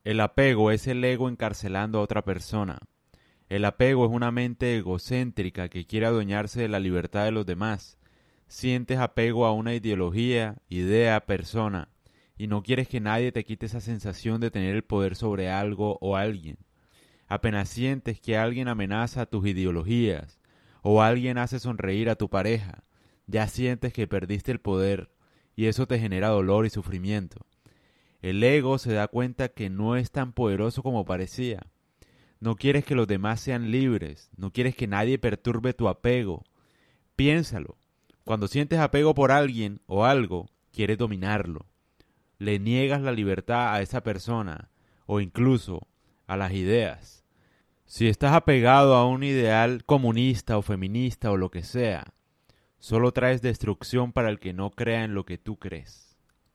El apego es el ego encarcelando a otra persona. El apego es una mente egocéntrica que quiere adueñarse de la libertad de los demás. Sientes apego a una ideología, idea, persona, y no quieres que nadie te quite esa sensación de tener el poder sobre algo o alguien. Apenas sientes que alguien amenaza tus ideologías o alguien hace sonreír a tu pareja, ya sientes que perdiste el poder y eso te genera dolor y sufrimiento. El ego se da cuenta que no es tan poderoso como parecía. No quieres que los demás sean libres, no quieres que nadie perturbe tu apego. Piénsalo. Cuando sientes apego por alguien o algo, quieres dominarlo. Le niegas la libertad a esa persona o incluso a las ideas. Si estás apegado a un ideal comunista o feminista o lo que sea, solo traes destrucción para el que no crea en lo que tú crees.